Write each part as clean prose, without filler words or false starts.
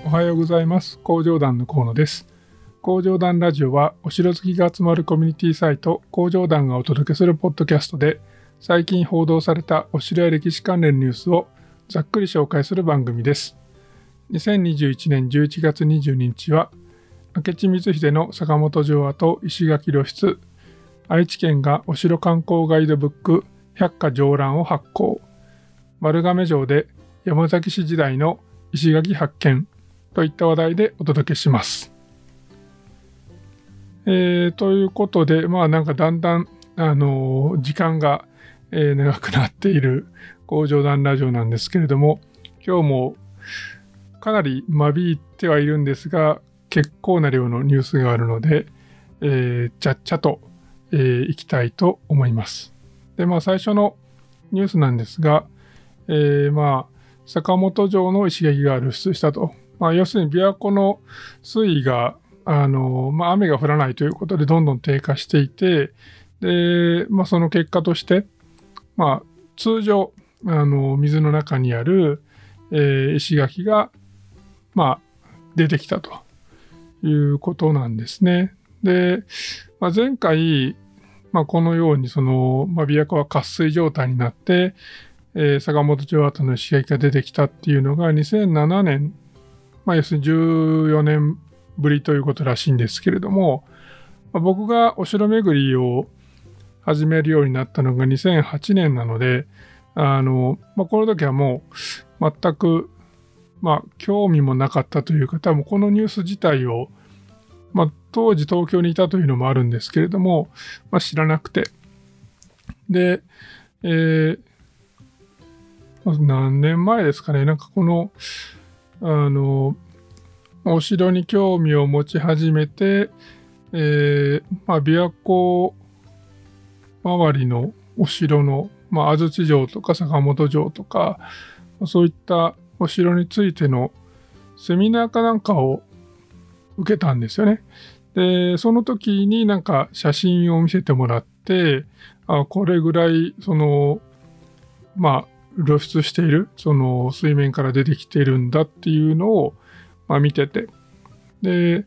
おはようございます。工場団の河野です。工場団ラジオはお城好きが集まるコミュニティサイト工場団がお届けするポッドキャストで、最近報道されたお城や歴史関連ニュースをざっくり紹介する番組です。2021年11月22日は明智光秀の坂本城跡石垣露出、愛知県がお城観光ガイドブック百花城覧を発行、丸亀城で山崎氏時代の石垣発見といった話題でお届けします。ということで、なんかだんだん、時間が、長くなっている工場団ラジオなんですけれども、今日もかなり間引いてはいるんですが、結構な量のニュースがあるので、ちゃっちゃと、いきたいと思います。で、最初のニュースなんですが、坂本城の石垣が露出したと。要するに琵琶湖の水位が雨が降らないということでどんどん低下していて、で、その結果として、通常水の中にある、石垣が、出てきたということなんですね。で、前回、このように琵琶湖は渇水状態になって、坂本城跡の石垣が出てきたっていうのが2007年、要するに14年ぶりということらしいんですけれども、僕がお城巡りを始めるようになったのが2008年なので、この時はもう全く、興味もなかったという方もこのニュース自体を、当時東京にいたというのもあるんですけれども、知らなくて。で、何年前ですかね、お城に興味を持ち始めて、琵琶湖周りのお城の、安土城とか坂本城とか、そういったお城についてのセミナーかなんかを受けたんですよね。で、その時に写真を見せてもらって、これぐらい露出している、水面から出てきているんだっていうのを、見てて、で、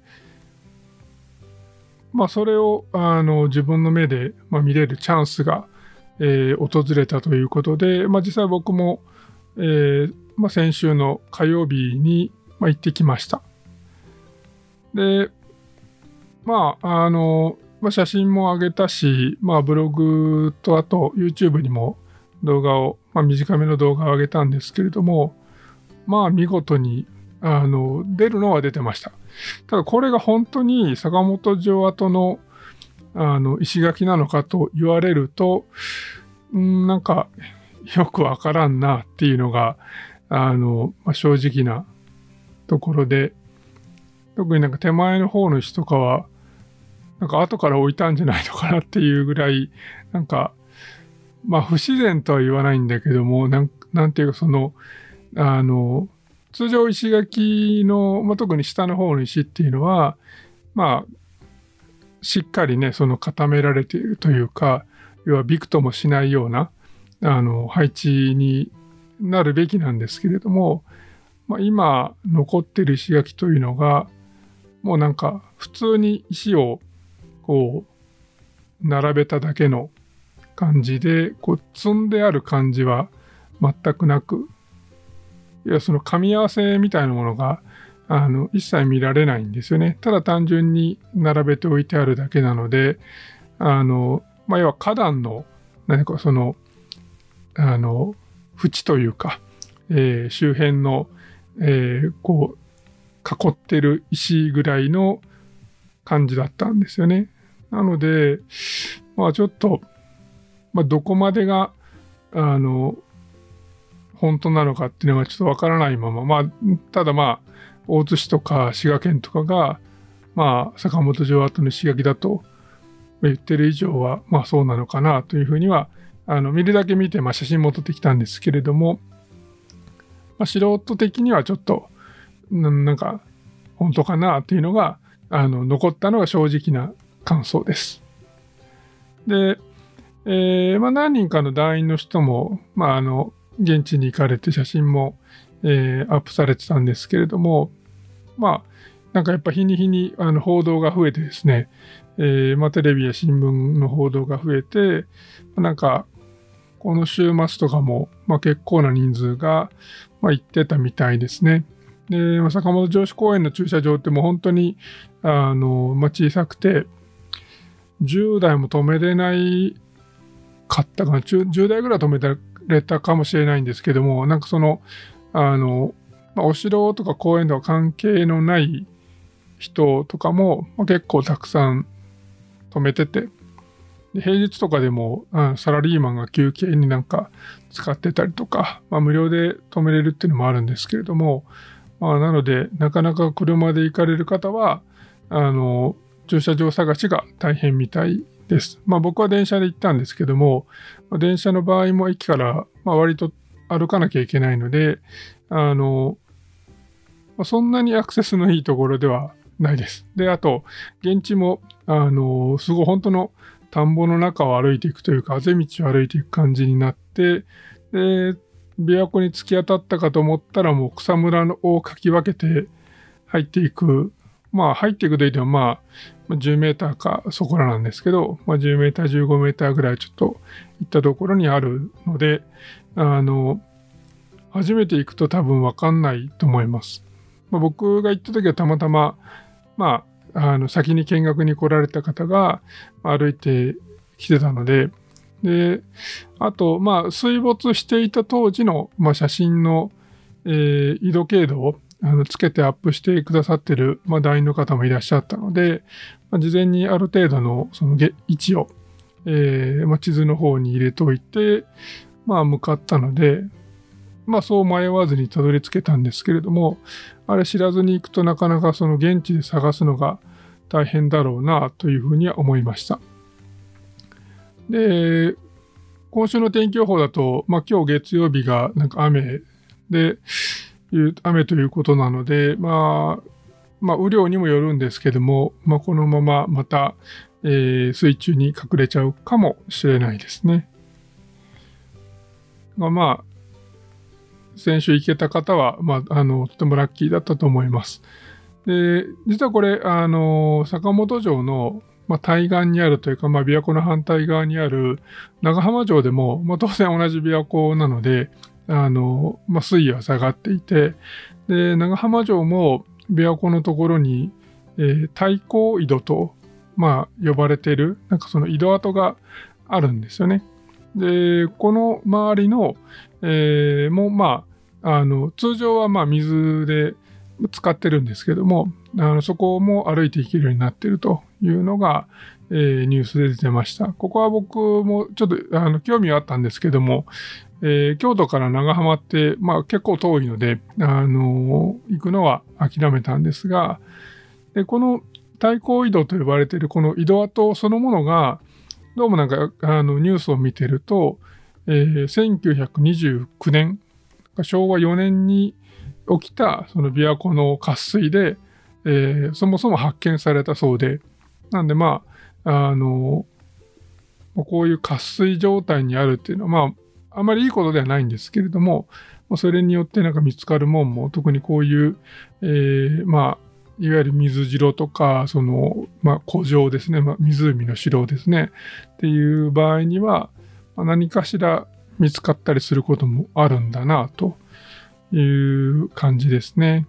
それを自分の目で、見れるチャンスが、訪れたということで、実際僕も、先週の火曜日に、行ってきました。で、写真も上げたし、ブログとあと YouTube にも動画を、短めの動画を上げたんですけれども、見事に出るのは出てました。ただこれが本当に坂本城跡の石垣なのかと言われると、よくわからんなっていうのが正直なところで、特に手前の方の石とかは後から置いたんじゃないのかなっていうぐらい不自然とは言わないんだけども、なんていうか通常石垣の、特に下の方の石っていうのはしっかりね固められているというか、要はびくともしないような配置になるべきなんですけれども、今残っている石垣というのがもう普通に石をこう並べただけの感じで、積んである感じは全くなく、いやその噛み合わせみたいなものが一切見られないんですよね。ただ単純に並べておいてあるだけなので、要は花壇の何か縁というか、周辺の、囲ってる石ぐらいの感じだったんですよね。なので、ちょっと、どこまでが、本当なのかっていうのがちょっとわからないまま、ただ大津市とか滋賀県とかが、坂本城跡の石垣だと言ってる以上は、そうなのかなというふうには、見るだけ見て、写真も撮ってきたんですけれども、素人的にはちょっと、本当かなっていうのが、残ったのが正直な感想です。で、何人かの団員の人も、現地に行かれて写真も、アップされてたんですけれども、 なんかやっぱ日に日に報道が増えてですね、テレビや新聞の報道が増えて、なんかこの週末とかも、結構な人数が、行ってたみたいですね。で、坂本城址公園の駐車場ってもう本当に小さくて、10台も止めれないかったかな、10台ぐらい止めれたかもしれないんですけども、なんかお城とか公園とは関係のない人とかも、結構たくさん止めてて、で平日とかでもサラリーマンが休憩になんか使ってたりとか、無料で止めれるっていうのもあるんですけれども、なのでなかなか車で行かれる方は駐車場探しが大変みたいです。僕は電車で行ったんですけども、電車の場合も駅から割と歩かなきゃいけないので、そんなにアクセスのいいところではないです。で、あと、現地も、すごい本当の田んぼの中を歩いていくというか、あぜ道を歩いていく感じになって、で、琵琶湖に突き当たったかと思ったら、もう草むらをかき分けて入っていく。入っていくといっても、10メーターかそこらなんですけど、10メーター、15メーターぐらいちょっと行ったところにあるので、初めて行くと多分わかんないと思います。僕が行った時はたまたま、先に見学に来られた方が歩いてきてたので、で、あと、水没していた当時の、写真の、緯度経度をつけてアップしてくださってる、団員の方もいらっしゃったので、事前にある程度のその位置を、地図の方に入れといて、向かったので、そう迷わずにたどり着けたんですけれども、あれ知らずに行くとなかなかその現地で探すのが大変だろうなというふうには思いました。で、今週の天気予報だと、今日月曜日がなんか雨ということなので、雨量にもよるんですけども、このまままた、水中に隠れちゃうかもしれないですね。先週行けた方は、とてもラッキーだったと思います。で、実はこれ、坂本城の、対岸にあるというか、琵琶湖の反対側にある長浜城でも、当然同じ琵琶湖なので、水位は下がっていて、で、長浜城も琵琶湖のところに、対向井戸と、呼ばれている、なんかその井戸跡があるんですよね。で、この周りの、通常は水で使ってるんですけども、そこも歩いていけるようになっているというのが、ニュースで出てました。ここは僕もちょっと興味はあったんですけども、京都から長浜って、結構遠いので、行くのは諦めたんですが、でこの対向井戸と呼ばれているこの井戸跡そのものが、どうもなんかニュースを見てると、1929年、昭和4年に起きたその琵琶湖の渇水で、そもそも発見されたそうで、なんでこういう渇水状態にあるっていうのは、あまりいいことではないんですけれども、それによってなんか見つかるもんも、特にこういう、いわゆる水城とか、湖上ですね、湖の城ですね、っていう場合には、何かしら見つかったりすることもあるんだな、という感じですね。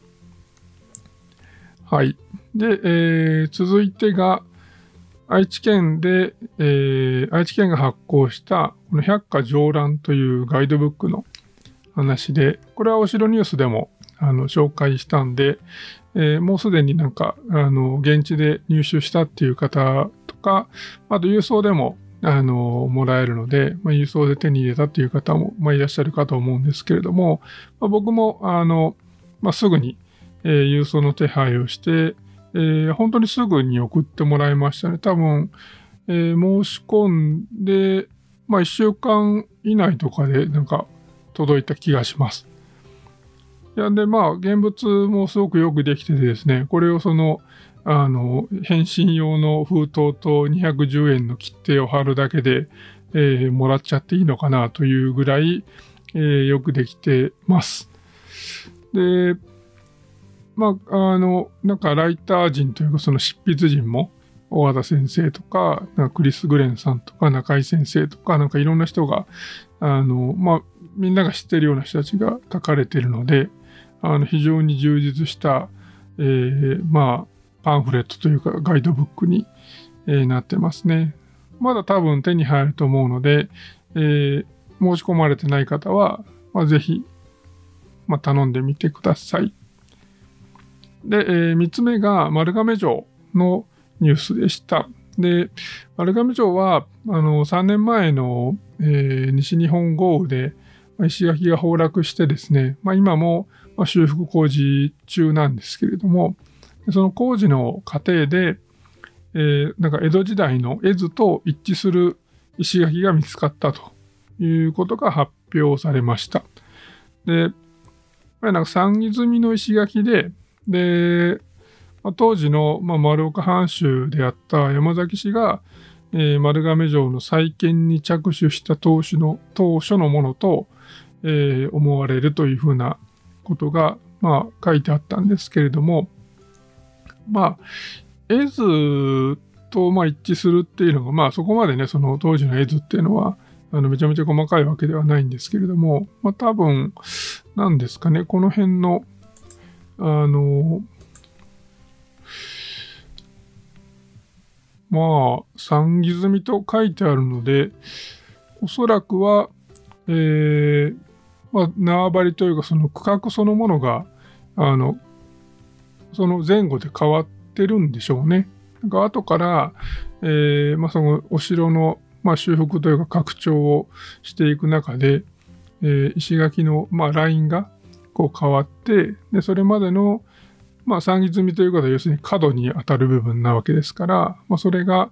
はい。で、続いてが、愛知県が発行したこの百花繚乱というガイドブックの話で、これはお城ニュースでも紹介したんで、もうすでになんか現地で入手したっていう方とか、あと郵送でももらえるので、郵送で手に入れたっていう方も、いらっしゃるかと思うんですけれども、僕もすぐに、郵送の手配をして、本当にすぐに送ってもらいましたね。多分、申し込んで、1週間以内とかでなんか届いた気がします。いやで、現物もすごくよくできててですね、これを返信用の封筒と210円の切手を貼るだけで、もらっちゃっていいのかなというぐらい、よくできてます。で、 なんかライター陣というか、その執筆陣も、小和田先生とか、なんかクリス・グレンさんとか、中井先生とか、なんかいろんな人が、みんなが知ってるような人たちが書かれているので、非常に充実した、パンフレットというか、ガイドブックに、なってますね。まだ多分手に入ると思うので、申し込まれてない方は、ぜひ、頼んでみてください。で、3つ目が丸亀城のニュースでした。で、丸亀城は3年前の、西日本豪雨で石垣が崩落してですね、今も修復工事中なんですけれども、その工事の過程で、なんか江戸時代の絵図と一致する石垣が見つかったということが発表されました。で、なんか三木積みの石垣で、当時の、丸岡藩主であった山崎氏が、丸亀城の再建に着手した当初のものと、思われるというふうなことが、書いてあったんですけれども、絵図と一致するっていうのが、そこまでね、その当時の絵図っていうのは、めちゃめちゃ細かいわけではないんですけれども、多分、なんですかね、この辺の、三木積みと書いてあるので、おそらくは、縄張りというか、その区画そのものが、その前後で変わってるんでしょうね。なんか後から、そのお城の、修復というか拡張をしていく中で、石垣の、ラインがこう変わって、でそれまでの、三木積みということは要するに角に当たる部分なわけですから、それが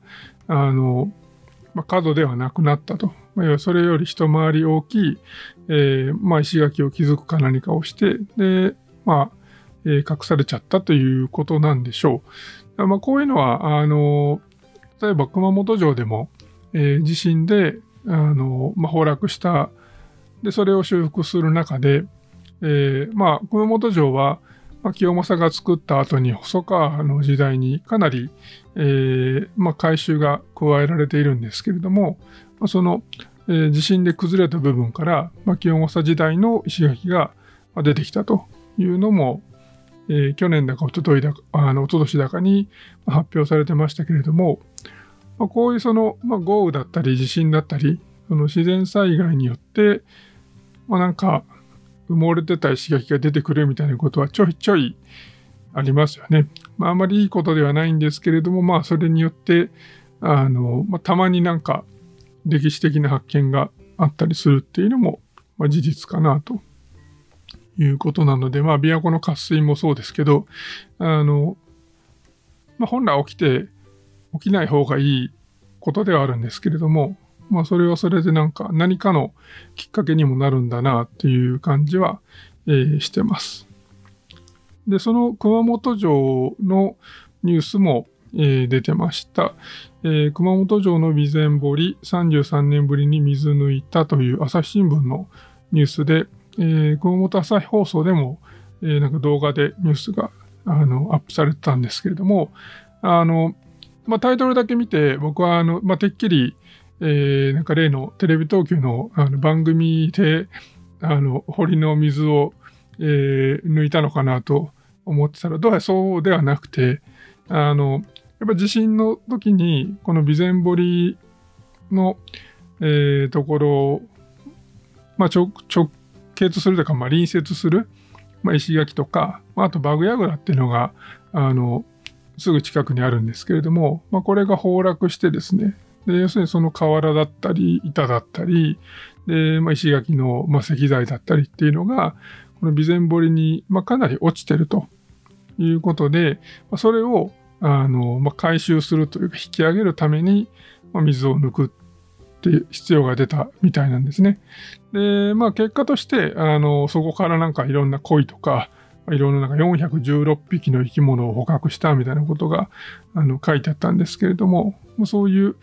角ではなくなったと。要はそれより一回り大きい、石垣を築くか何かをして、で、隠されちゃったということなんでしょう。こういうのは、例えば熊本城でも、地震で、崩落した。で、それを修復する中で、熊本城は、清正が作った後に細川の時代にかなり、改修が加えられているんですけれども、その、地震で崩れた部分から、清正時代の石垣が出てきたというのも、去年だか一昨年だかに発表されてましたけれども、こういうその、豪雨だったり地震だったり、その自然災害によって、なんか埋もれてた石垣が出てくるみたいなことはちょいちょいありますよね。あんまりいいことではないんですけれども、それによって、たまになんか歴史的な発見があったりするっていうのも、事実かなということなので、琵琶湖の渇水もそうですけど、本来起きない方がいいことではあるんですけれども、それはそれで何かのきっかけにもなるんだなっていう感じは、してます。で、その熊本城のニュースも、出てました。熊本城の備前堀33年ぶりに水抜いたという朝日新聞のニュースで、熊本朝日放送でも、なんか動画でニュースがアップされてたんですけれども、タイトルだけ見て僕はてっきり、なんか例のテレビ東京の番組で堀の水を、抜いたのかなと思ってたら、どうやらそうではなくて、やっぱ地震の時にこの備前堀の、ところを、直結するというか、隣接する、石垣とか、あとバグヤグラっていうのがすぐ近くにあるんですけれども、これが崩落してですね、で要するにその瓦だったり板だったりで、石垣の、石材だったりっていうのがこの備前堀に、かなり落ちてるということで、それを回収するというか引き上げるために、水を抜くっていう必要が出たみたいなんですね。で、結果としてそこからなんかいろんな鯉とかいろんななんか416匹の生き物を捕獲したみたいなことが書いてあったんですけれども、そういう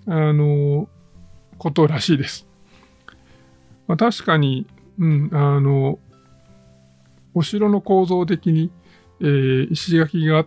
ことらしいです。確かに、お城の構造的に、 石垣があって、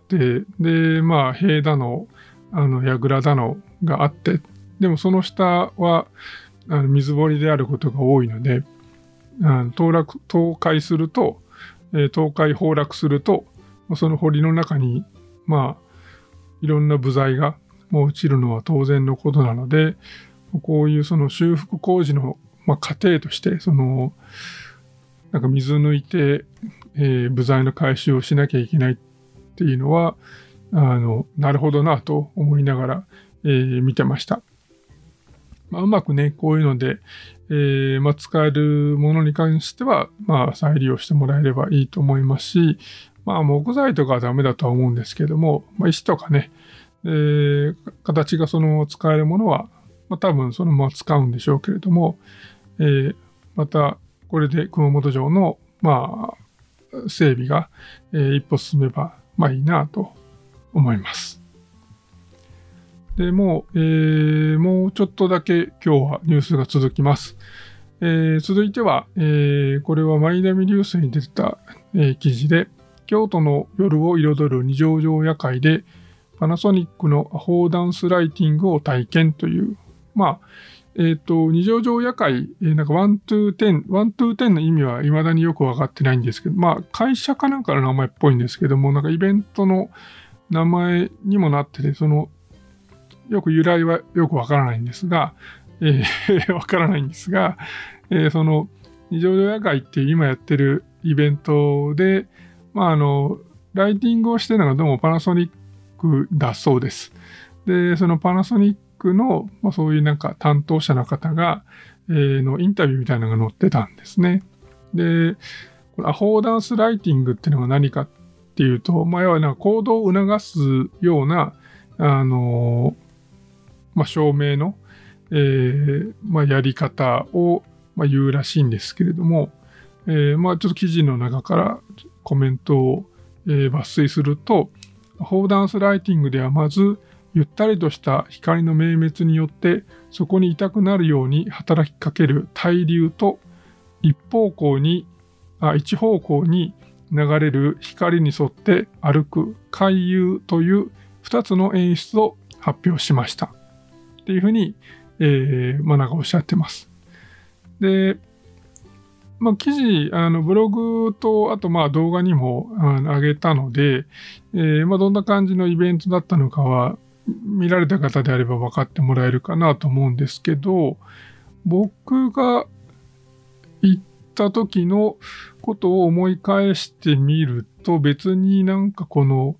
で、まあ、塀だの、櫓だのがあって、でもその下は、水堀であることが多いので、倒壊すると、倒壊崩落すると、その堀の中に、まあ、いろんな部材が落ちるのは当然のことなので、こういうその修復工事の、過程として、なんか水抜いて、部材の回収をしなきゃいけないっていうのは、なるほどなと思いながら、見てました。うまくね、こういうので、使えるものに関しては、再利用してもらえればいいと思いますし、木材とかはダメだとは思うんですけども、石とかね、形が使えるものは、多分そのまま使うんでしょうけれども、またこれで熊本城の、整備が、一歩進めば、いいなと思います。でもうちょっとだけ今日はニュースが続きます。続いては、これはマイナビニュースに出てた、記事で、京都の夜を彩る二条城夜会でパナソニックのアホーダンスライティングを体験という、二条城夜会、なんか1 to 10の意味は未だによくわかってないんですけど、会社かなんかの名前っぽいんですけども、なんかイベントの名前にもなってて、よく由来はよくわからないんですが、その二条城夜会っていう今やってるイベントで、ライティングをしてるのがどうもパナソニックだそうです。で、そのパナソニックの、そういうなんか担当者の方が、のインタビューみたいなのが載ってたんですね。で、このアホーダンスライティングっていうのが何かっていうと、要はなんか行動を促すような、証明の、やり方を、言うらしいんですけれども、ちょっと記事の中からコメントを、抜粋すると、アホーダンスライティングではまず、ゆったりとした光の明滅によってそこにいたくなるように働きかける対流と一方向に流れる光に沿って歩く回遊という2つの演出を発表しましたっていうふうに、なんかおっしゃってます。で、記事、ブログと、あと動画にも上げたので、どんな感じのイベントだったのかは見られた方であれば分かってもらえるかなと思うんですけど、僕が行った時のことを思い返してみると、別になんかこの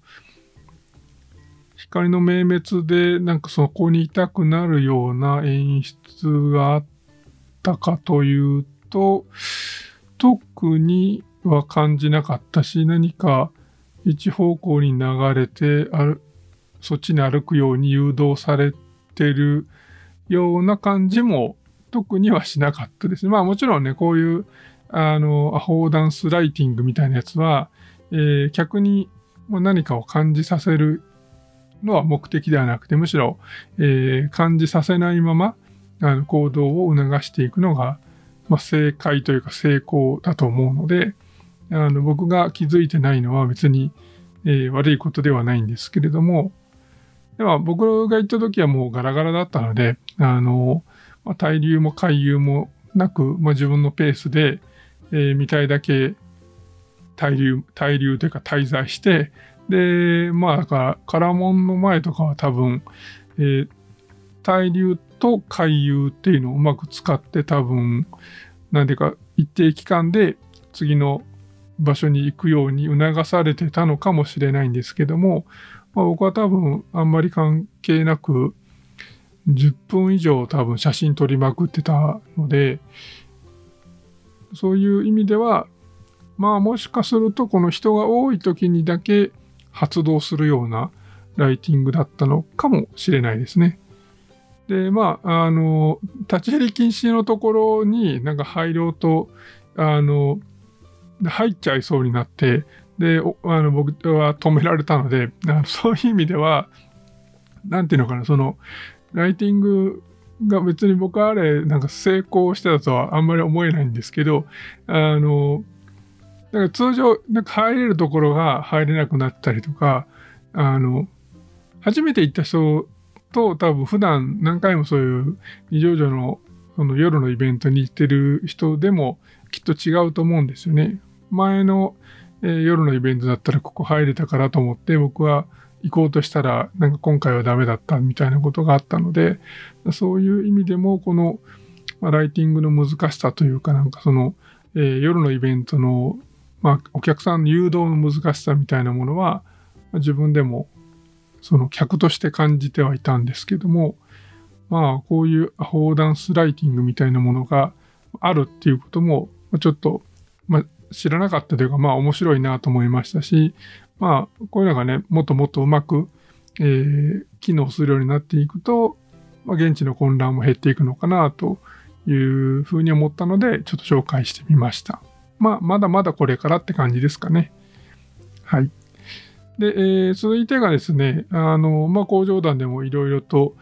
光の明滅でなんかそこにいたくなるような演出があったかというと、特には感じなかったし、何か一方向に流れてそっちに歩くように誘導されてるような感じも特にはしなかったですね。もちろんね、こういうアホーダンスライティングみたいなやつは、客に何かを感じさせるのは目的ではなくて、むしろ、感じさせないまま行動を促していくのが、正解というか成功だと思うので、僕が気づいてないのは別に、悪いことではないんですけれども、では僕が行った時はもうガラガラだったので、対流も回遊もなく、自分のペースで、見たいだけ対流というか滞在して、で、だから唐門の前とかは多分、対流と回遊っていうのをうまく使って多分、なんていうか一定期間で次の場所に行くように促されてたのかもしれないんですけども、僕は多分あんまり関係なく10分以上多分写真撮りまくってたので、そういう意味ではもしかするとこの人が多い時にだけ発動するようなライティングだったのかもしれないですね。で、立ち入り禁止のところになんか入ろうと、入っちゃいそうになって、で、僕は止められたので、そういう意味では、なんていうのかな、その、ライティングが別に僕はなんか成功してたとはあんまり思えないんですけど、 だから通常、なんか入れるところが入れなくなったりとか、初めて行った人と多分普段何回もそういう二条城のその夜のイベントに行ってる人でもきっと違うと思うんですよね。前の、夜のイベントだったらここ入れたからと思って僕は行こうとしたらなんか今回はダメだったみたいなことがあったので、そういう意味でもこの、ライティングの難しさというかなんかその、夜のイベントの、お客さんの誘導の難しさみたいなものは自分でもその客として感じてはいたんですけども、こういうアフォーダンスライティングみたいなものがあるっていうこともちょっと、知らなかったというか面白いなと思いましたし、こういうのがねもっともっとうまく、機能するようになっていくと、現地の混乱も減っていくのかなというふうに思ったのでちょっと紹介してみました。まだまだこれからって感じですかね。はい。で、続いてがですね、工場団でもいろいろと、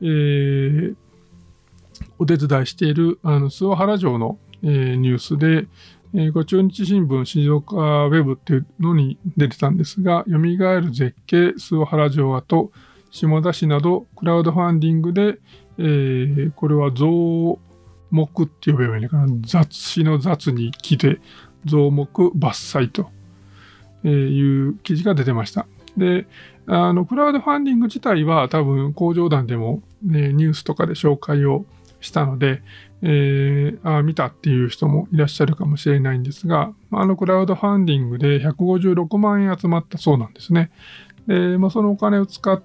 お手伝いしている諏訪原城の、ニュースで、中日新聞静岡ウェブっていうのに出てたんですが、蘇る絶景諏訪原城跡下田市などクラウドファンディングで、これは増木って呼べばいいのかな、雑誌の雑に木で増木伐採という記事が出てました。で、クラウドファンディング自体は多分工場団でも、ニュースとかで紹介をしたので、見たっていう人もいらっしゃるかもしれないんですが、クラウドファンディングで156万円集まったそうなんですね。で、そのお金を使って、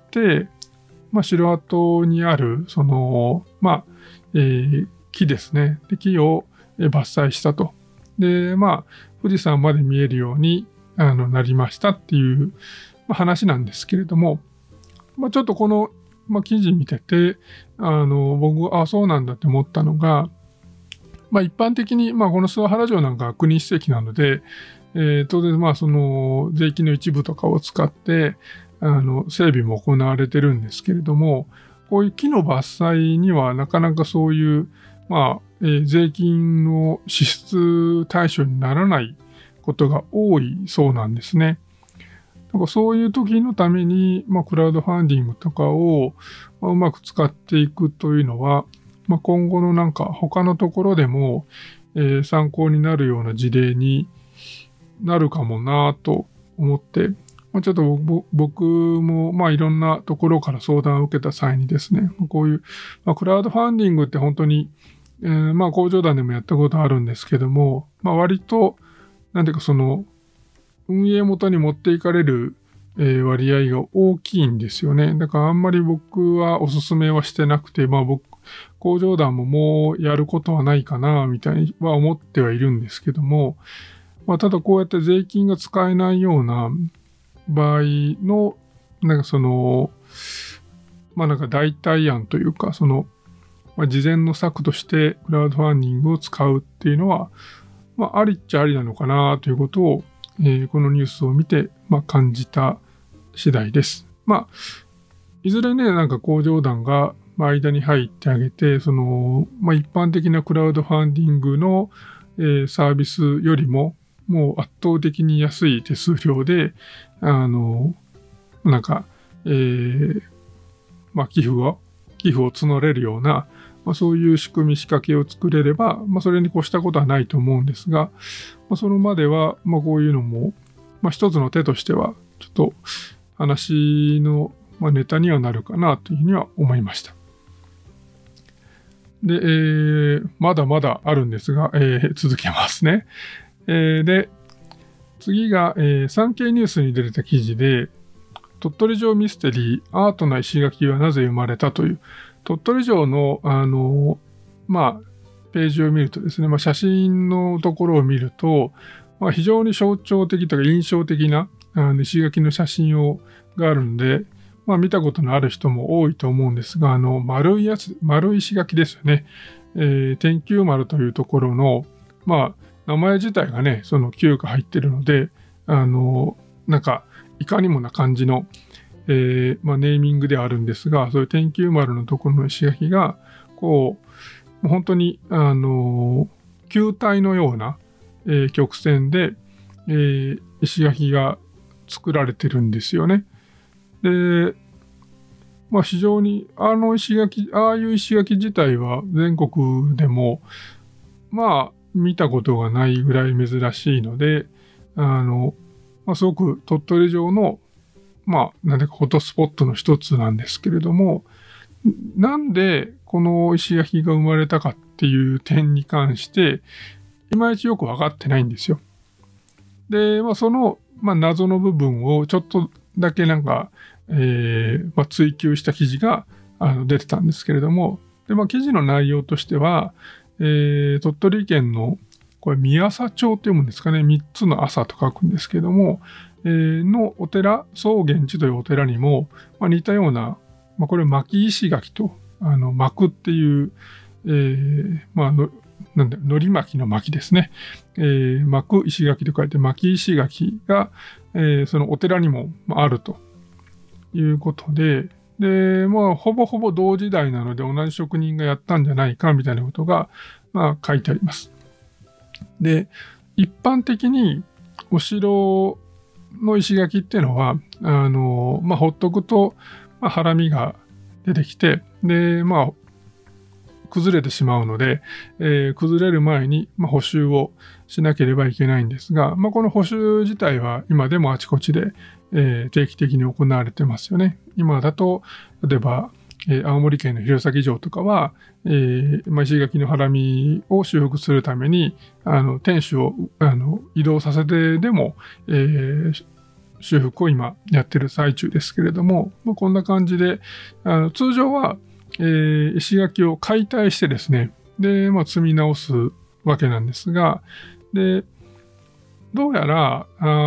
城跡にある、その、木ですね。で、木を伐採したと。で、富士山まで見えるようになりましたっていう話なんですけれども、ちょっとこの、記事見てて、僕、そうなんだって思ったのが、一般的に、この諏訪原城なんかは国史跡なので、当然、その税金の一部とかを使って、整備も行われてるんですけれども、こういう木の伐採にはなかなかそういう、税金の支出対象にならないことが多いそうなんですね。だからそういう時のために、クラウドファンディングとかをうまく使っていくというのは、今後のなんか他のところでも、参考になるような事例になるかもなと思って、ちょっと僕もいろんなところから相談を受けた際にですね、こういう、クラウドファンディングって本当に、工場団でもやったことあるんですけども、割と、なんていうかその、運営元に持っていかれる、割合が大きいんですよね。だからあんまり僕はおすすめはしてなくて、工場団ももうやることはないかな、みたいには思ってはいるんですけども、ただこうやって税金が使えないような場合の、なんかその、なんか代替案というか、その、事前の策としてクラウドファンディングを使うっていうのは、ありっちゃありなのかなということを、このニュースを見て、感じた次第です。いずれね、なんか工場団が間に入ってあげて、その、一般的なクラウドファンディングの、サービスよりも、もう圧倒的に安い手数料で、なんか、寄付を募れるような、そういう仕組み、仕掛けを作れれば、それに越したことはないと思うんですが、そのまでは、こういうのも、一つの手としては、ちょっと話の、ネタにはなるかなというふうには思いました。で、まだまだあるんですが、続けますね。で、次が、産経ニュースに出てた記事で、鳥取城ミステリー、アートな石垣はなぜ生まれたという、鳥取城の、ページを見るとですね、写真のところを見ると、非常に象徴的というか印象的な石垣の写真があるので、見たことのある人も多いと思うんですが、丸い石垣ですよね。天球丸というところの、名前自体がね、その球が入ってるので、なんか、いかにもな感じの、ネーミングではあるんですが、そういう天球丸のところの石垣が、こう、本当に、球体のような、曲線で、 石垣が作られてるんですよね。で、非常にああいう石垣自体は全国でも見たことがないぐらい珍しいので、すごく鳥取城のなんでかフォトスポットの一つなんですけれども、なんでこの石垣が生まれたかっていう点に関していまいちよく分かってないんですよ。で、その、謎の部分をちょっとだけ追求した記事が出てたんですけれども、で、記事の内容としては、鳥取県のこれ三朝町って読むんですかね、3つの朝と書くんですけども、のお寺、曹源寺というお寺にも、似たような、これ巻石垣と巻くっていう、のり巻きの巻きですね。巻く石垣と書いて巻き石垣が、そのお寺にもあるということで、ほぼほぼ同時代なので同じ職人がやったんじゃないかみたいなことが、書いてあります。で、一般的にお城の石垣っていうのは、ほっとくと、ハラミが出てきて、で、崩れてしまうので、崩れる前に、補修をしなければいけないんですが、この補修自体は今でもあちこちで、定期的に行われてますよね。今だと、例えば、青森県の弘前城とかは、石垣のハラミを修復するために、天守を移動させてでも、修復を今やってる最中ですけれども、こんな感じで、通常は、石垣を解体してですね、で、積み直すわけなんですが、で、どうやら、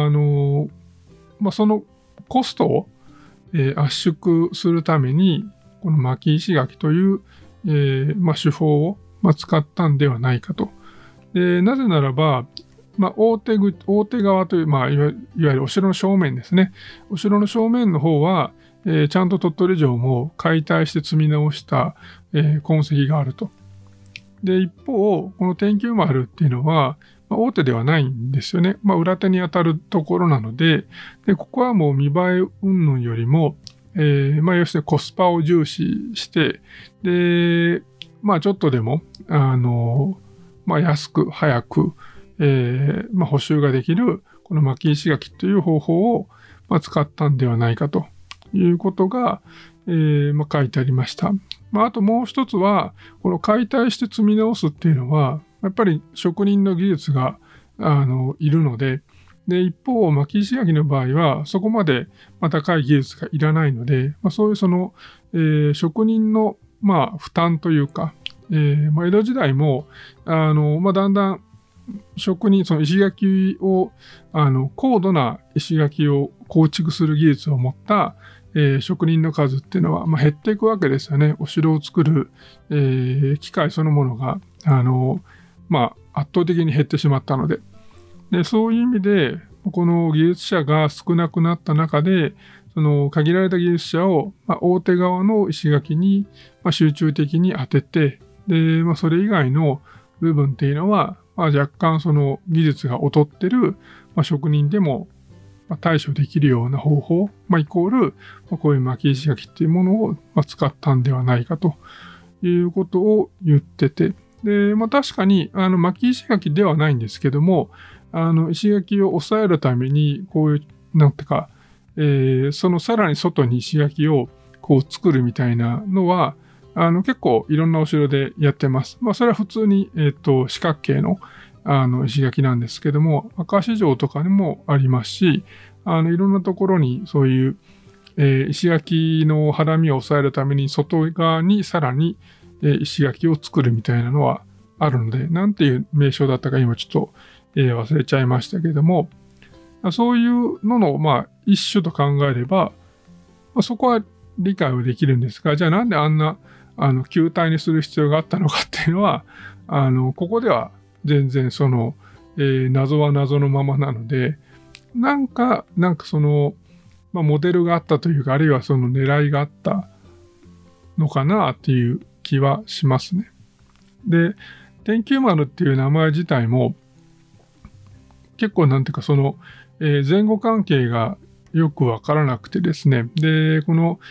そのコストを、圧縮するために、この巻き石垣という、手法を、使ったんではないかと。で、なぜならば、大手側という、いわゆるお城の正面ですね。お城の正面の方は、ちゃんと鳥取城も解体して積み直した、痕跡があると。で、一方、この天球丸っていうのは、大手ではないんですよね。裏手に当たるところなので、ここはもう見栄え云々よりも、要するにコスパを重視して、で、ちょっとでも、安く、早く、補修ができる、この巻き石垣という方法を、使ったんではないかということが、書いてありました。あともう一つは、この解体して積み直すっていうのは、やっぱり職人の技術がいるので、一方、巻き石垣の場合は、そこまで高い技術がいらないので、そういうその、職人の負担というか、江戸時代もだんだん職人、その石垣を高度な石垣を構築する技術を持った、職人の数っていうのは、減っていくわけですよね。お城を作る、機械そのものが圧倒的に減ってしまったので。そういう意味で、この技術者が少なくなった中で、その限られた技術者を、大手側の石垣に、集中的に当てて、で、それ以外の部分っていうのは、若干その技術が劣ってる、職人でも対処できるような方法、イコール、こういう巻き石垣っていうものを使ったんではないかということを言ってて、で、確かに巻き石垣ではないんですけども、石垣を抑えるために、こういう、なんていうか、そのさらに外に石垣をこう作るみたいなのは、結構いろんなお城でやってます。それは普通に、四角形の、石垣なんですけども、明石城とかにもありますし、いろんなところにそういう、石垣のハラミを抑えるために外側にさらに、石垣を作るみたいなのはあるので、なんていう名称だったか今ちょっと、忘れちゃいましたけども、そういうのの、一種と考えれば、そこは理解はできるんですが、じゃあなんであんな球体にする必要があったのかっていうのは、ここでは全然その、謎は謎のままなので、なんかその、モデルがあったというか、あるいはその狙いがあったのかなっていう気はしますね。で、天球丸っていう名前自体も、 結構なんていうか前後関係がよくわからなくてですね。で、この、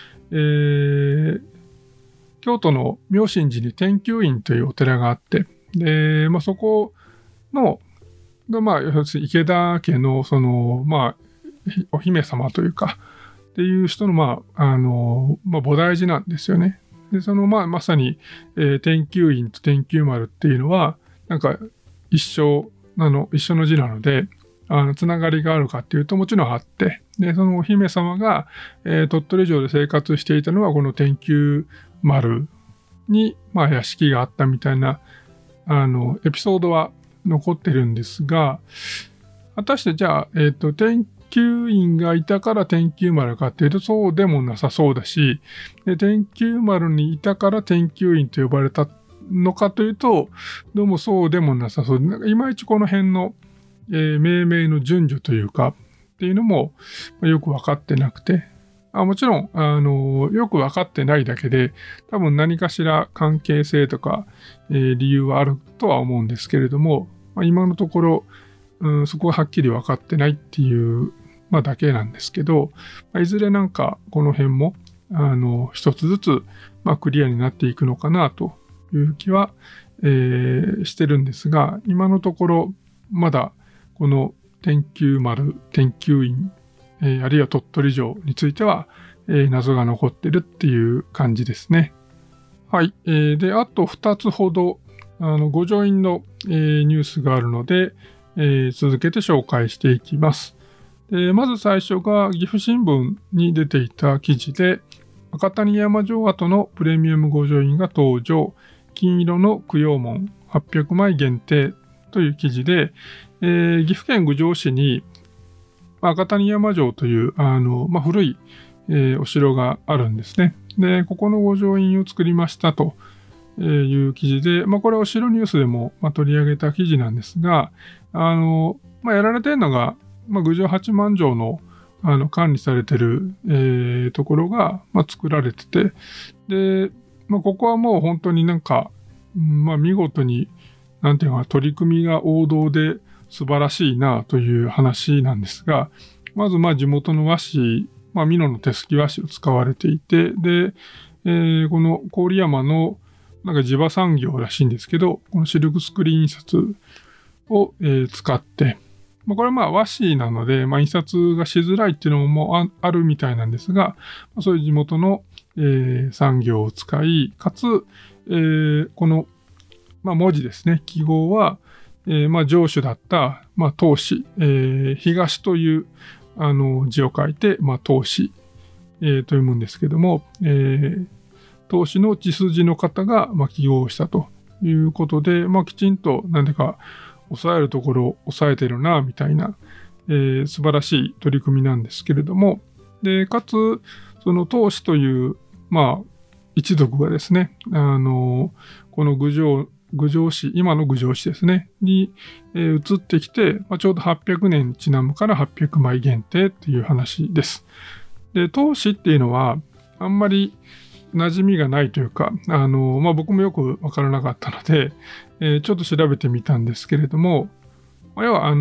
京都の妙心寺に天宮院というお寺があって、で、そこの、要するに池田家の、お姫様というか、っていう人の、菩提寺なんですよね。で、まさに、天宮院と天宮丸っていうのは、なんか、一緒の字なので、つながりがあるかっていうともちろんあって、で、そのお姫様が、鳥取城で生活していたのは、この天宮丸に、屋敷があったみたいな、エピソードは残ってるんですが、果たしてじゃあ、天宮院がいたから天宮丸かっていうとそうでもなさそうだし、で天宮丸にいたから天宮院と呼ばれたのかというと、どうもそうでもなさそうで、いまいちこの辺の、命名の順序というかっていうのもよく分かってなくて、もちろんよく分かってないだけで多分何かしら関係性とか、理由はあるとは思うんですけれども、今のところ、そこははっきり分かってないっていうだけなんですけど、いずれなんかこの辺も一つずつクリアになっていくのかなという気は、してるんですが、今のところまだこの天宮丸、天宮院、あるいは鳥取城については、謎が残ってるっていう感じですね。はい。で、あと2つほど御城印の、ニュースがあるので、続けて紹介していきます。まず最初が岐阜新聞に出ていた記事で、赤谷山城跡のプレミアム御城印が登場、金色の供養紋800枚限定という記事で、岐阜県郡上市に赤谷山城という古い、お城があるんですね。で、ここの御城印を作りましたという記事で、これはお城ニュースでも取り上げた記事なんですが、やられてるのが、郡上八幡城の管理されてる、ところが、作られてて、で、ここはもう本当になんか、見事に、なんていうか、取り組みが王道で素晴らしいなという話なんですが、まず地元の和紙、美濃の手すき和紙を使われていて、で、この郡山のなんか地場産業らしいんですけど、このシルクスクリーン印刷を、使って、これは和紙なので、印刷がしづらいっていうのもあるみたいなんですが、そういう地元の、産業を使い、かつ、この、文字ですね、記号は、城主だった、当主、東という字を書いて、当主、と読むんですけども、当主の血筋の方が、記号したということで、きちんと何でか抑えるところを抑えてるな、みたいな、素晴らしい取り組みなんですけれども、で、かつ、その当主という、一族がですね、この郡上市、今の郡上市ですね、に、移ってきて、ちょうど800年にちなむから800枚限定っていう話です。で、当主っていうのは、あんまり馴染みがないというか、僕もよくわからなかったので、ちょっと調べてみたんですけれども、要は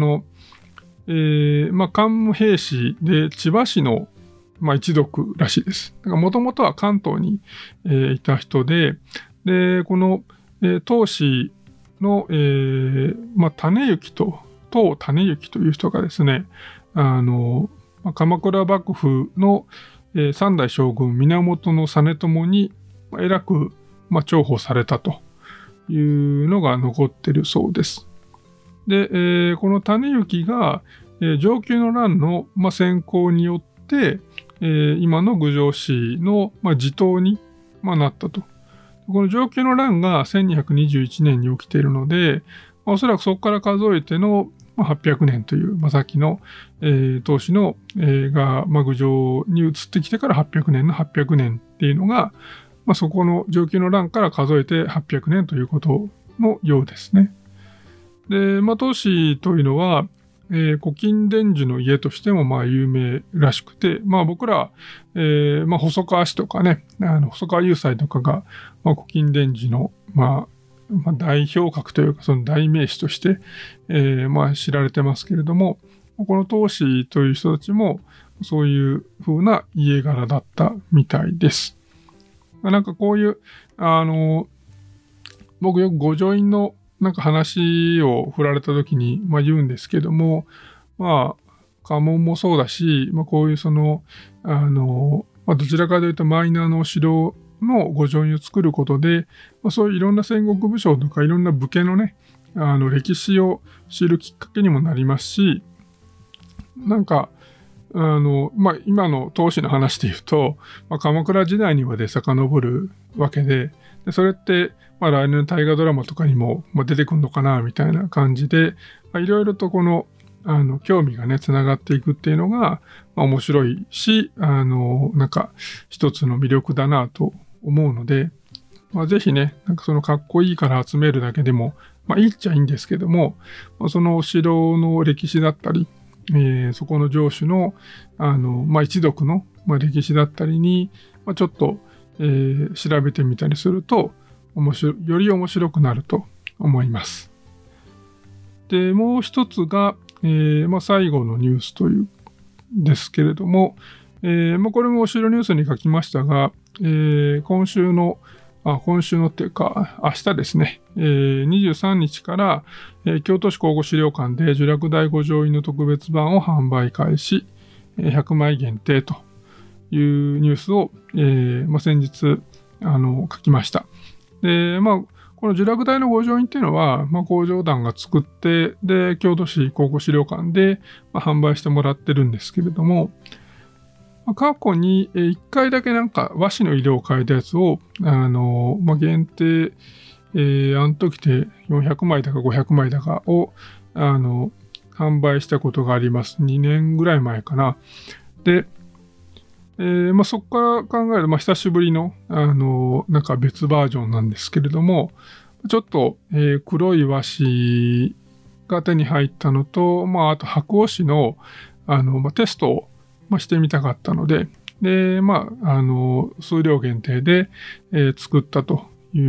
関武兵士で千葉市の、一族らしいです。もともとは関東に、いた人で、で、この、当主の、種行と、当種行という人がですね、鎌倉幕府の、三代将軍源実朝にえらく、重宝されたというのが残っているそうです。で、この種行が、承久の乱の、先行によって、今の郡上市の、地頭に、なったと。この承久の乱が1221年に起きているので、おそらくそこから数えての800年という、さっきの、当主の、が、郡上に移ってきてから800年の800年っていうのが、そこの承久の乱から数えて800年ということのようですね。で、当主というのは、古今伝授の家としても有名らしくて、僕ら、細川氏とかね、細川雄斎とかが、古今伝授の、 代表格というか、その代名詞として、知られてますけれども、この当氏という人たちも、そういう風な家柄だったみたいです。なんかこういう、僕よく御城印のなんか話を振られた時に、言うんですけども、家紋もそうだし、こういうその、どちらかというとマイナーのお城の御城印を作ることで、そういういろんな戦国武将とかいろんな武家のね、歴史を知るきっかけにもなりますし、なんか、今の当時の話で言うと、鎌倉時代にまで遡るわけで、それって、来年の大河ドラマとかにも、出てくるのかな、みたいな感じで、いろいろとこの、興味がね、つながっていくっていうのが、面白いし、なんか、一つの魅力だなと思うので、ぜひね、なんかそのかっこいいから集めるだけでも、いいっちゃいいんですけども、そのお城の歴史だったり、そこの城主の、一族の、歴史だったりに、ちょっと、調べてみたりすると、より面白くなると思います。で、もう一つが、最後のニュースという、ですけれども、これもお城ニュースに書きましたが、今週のっていうか、明日ですね、23日から、京都市考古資料館で聚楽第五条院の特別版を販売開始、100枚限定というニュースを、先日書きました。で、この聚楽第の五条院っていうのは、工場団が作って、で、京都市考古資料館で、販売してもらってるんですけれども、過去に1回だけなんか和紙の色を変えたやつを、限定、あの時で400枚だか500枚だかを、販売したことがあります。2年ぐらい前かな。で、そこから考えると、久しぶりの、なんか別バージョンなんですけれども、ちょっと、黒い和紙が手に入ったのと、あと白押しの、テストを、してみたかったので、で、数量限定で、作ったという、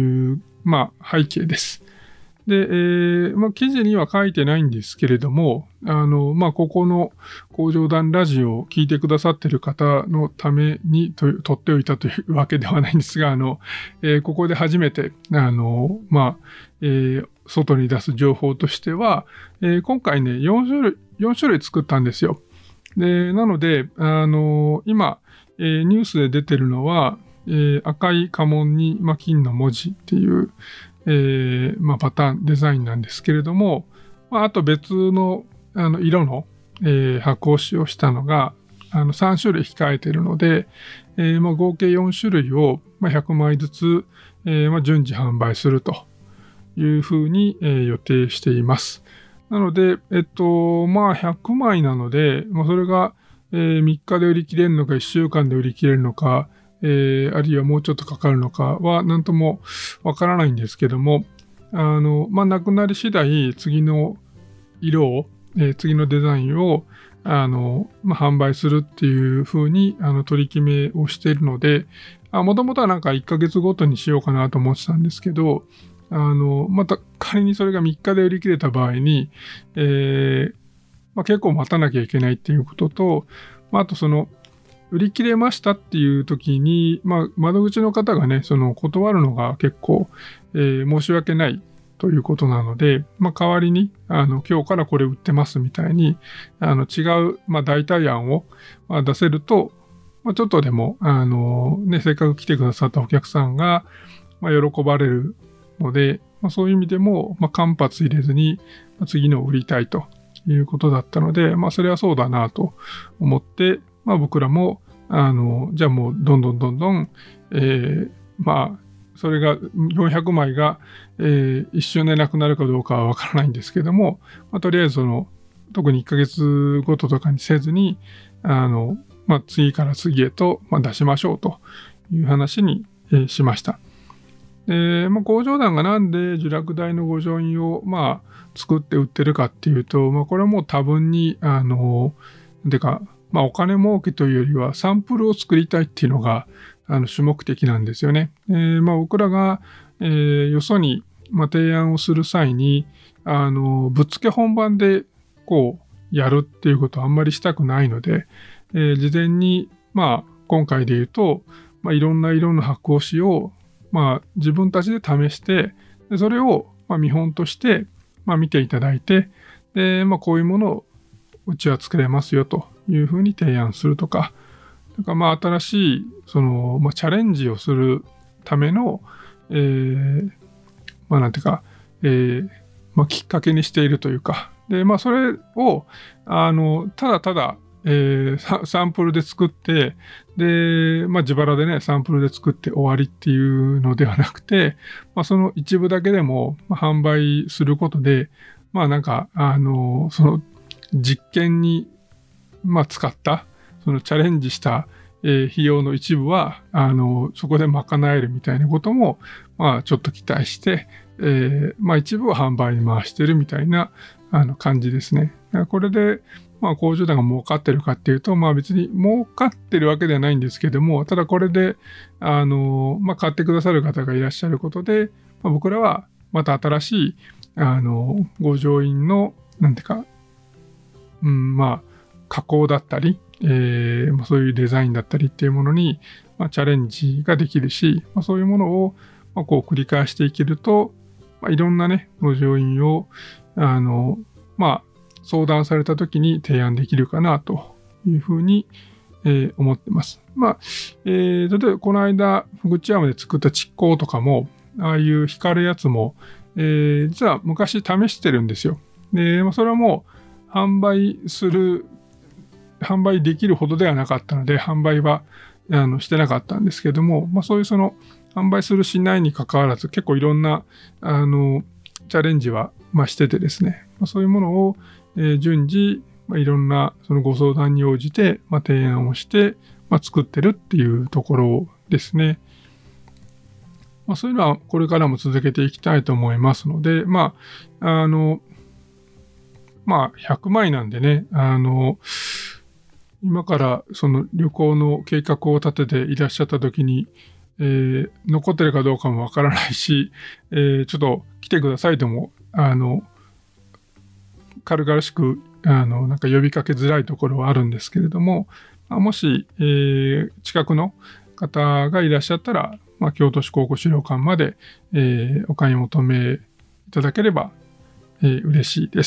背景です。で、記事には書いてないんですけれども、ここの工場団ラジオを聞いてくださっている方のために取っておいたというわけではないんですが、ここで初めて、外に出す情報としては、今回ね、4種類作ったんですよ。で、なので、今、ニュースで出てるのは、赤い家紋に、金の文字っていう、パターン、デザインなんですけれども、あと別の、色の、白押しをしたのが、3種類控えているので、合計4種類を、100枚ずつ、順次販売するというふうに、予定しています。なので、100枚なので、それが、3日で売り切れるのか、1週間で売り切れるのか、あるいはもうちょっとかかるのかは、なんともわからないんですけども、なくなり次第、次の色を、次のデザインを、販売するっていう風に、取り決めをしているので、もともとはなんか1ヶ月ごとにしようかなと思ってたんですけど、また仮にそれが3日で売り切れた場合に、結構待たなきゃいけないっていうことと、あとその、売り切れましたっていう時に、窓口の方がね、その断るのが結構、申し訳ないということなので、代わりに、今日からこれ売ってますみたいに、違う、代替案を、出せると、ちょっとでも、せっかく来てくださったお客さんが、喜ばれるので、そういう意味でも、間髪入れずに、次の売りたいということだったので、それはそうだなと思って、僕らも、じゃあもうどんどん、それが400枚が、一瞬でなくなるかどうかはわからないんですけども、とりあえず特に1ヶ月ごととかにせずに、次から次へと、出しましょうという話に、しました。工場団がなんで聚楽第の御城印を、作って売ってるかっていうと、これはもう多分に、お金儲けというよりはサンプルを作りたいっていうのが主目的なんですよね。僕らが、よそに、 提案をする際に、ぶっつけ本番でこうやるっていうことはあんまりしたくないので、事前に、今回で言うと、いろんな色の箔押しを、自分たちで試して、でそれを、見本として、見ていただいて、で、こういうものをうちは作れますよというふうに提案するとか、新しい、チャレンジをするための、なんていうか、きっかけにしているというか、で、それを、ただただ、サンプルで作って、で、自腹でね、サンプルで作って終わりっていうのではなくて、その一部だけでも、販売することで、その実験に、使った、そのチャレンジした、費用の一部は、そこで賄えるみたいなことも、ちょっと期待して、一部は販売に回してるみたいな、感じですね。これで、工場団が儲かってるかっていうと、別に儲かってるわけではないんですけども、ただこれで、買ってくださる方がいらっしゃることで、僕らはまた新しい、五条院の、なんていうか、加工だったり、そういうデザインだったりっていうものに、チャレンジができるし、そういうものを、こう繰り返していけると、いろんなね、五条院を、相談された時に提案できるかなというふうに、思ってます。例えばこの間、福知山で作った蓄光とかも、ああいう光るやつも、実は昔試してるんですよ。で、それはもう販売できるほどではなかったので、販売はしてなかったんですけども、そういうその販売するしないにかかわらず、結構いろんなチャレンジはしててですね、そういうものを順次、いろんなそのご相談に応じて、提案をして、作ってるっていうところですね。そういうのはこれからも続けていきたいと思いますので、100枚なんでね、今からその旅行の計画を立てていらっしゃった時に、残ってるかどうかもわからないし、ちょっと来てくださいとも、軽々しくなんか呼びかけづらいところはあるんですけれども、もし、近くの方がいらっしゃったら、京都市考古資料館まで、お買い求めいただければ、嬉しいです。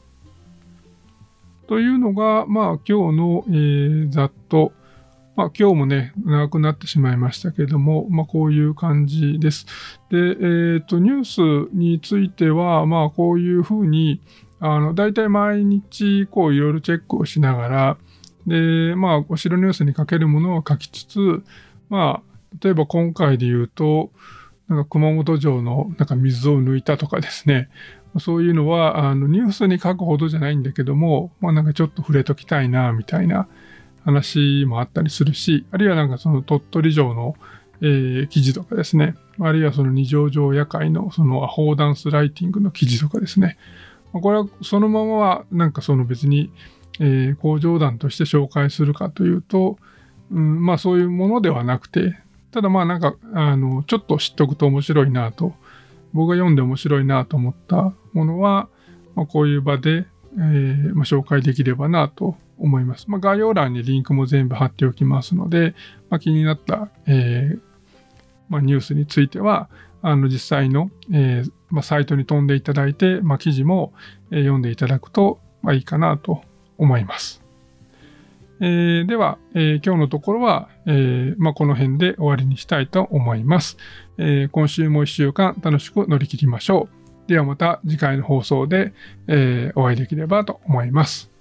というのが、今日の、ざっと、今日もね、長くなってしまいましたけれども、こういう感じです。で、ニュースについては、こういうふうに、だいたい毎日、いろいろチェックをしながら、で、お城ニュースに書けるものを書きつつ、例えば今回で言うと、なんか熊本城のなんか水を抜いたとかですね、そういうのは、ニュースに書くほどじゃないんだけども、なんかちょっと触れときたいな、みたいな話もあったりするし、あるいはなんかその鳥取城の、記事とかですね、あるいはその二条城夜会のそのアホーダンスライティングの記事とかですね、これはそのままはなんかその別に、工場団として紹介するかというと、そういうものではなくて、ただなんかちょっと知っておくと面白いなと、僕が読んで面白いなと思ったものは、こういう場で、紹介できればなと思います。概要欄にリンクも全部貼っておきますので、気になった、ニュースについては実際の、サイトに飛んでいただいて、記事も、読んでいただくと、いいかなと思います。では、今日のところは、この辺で終わりにしたいと思います。今週も1週間楽しく乗り切りましょう。ではまた次回の放送で、お会いできればと思います。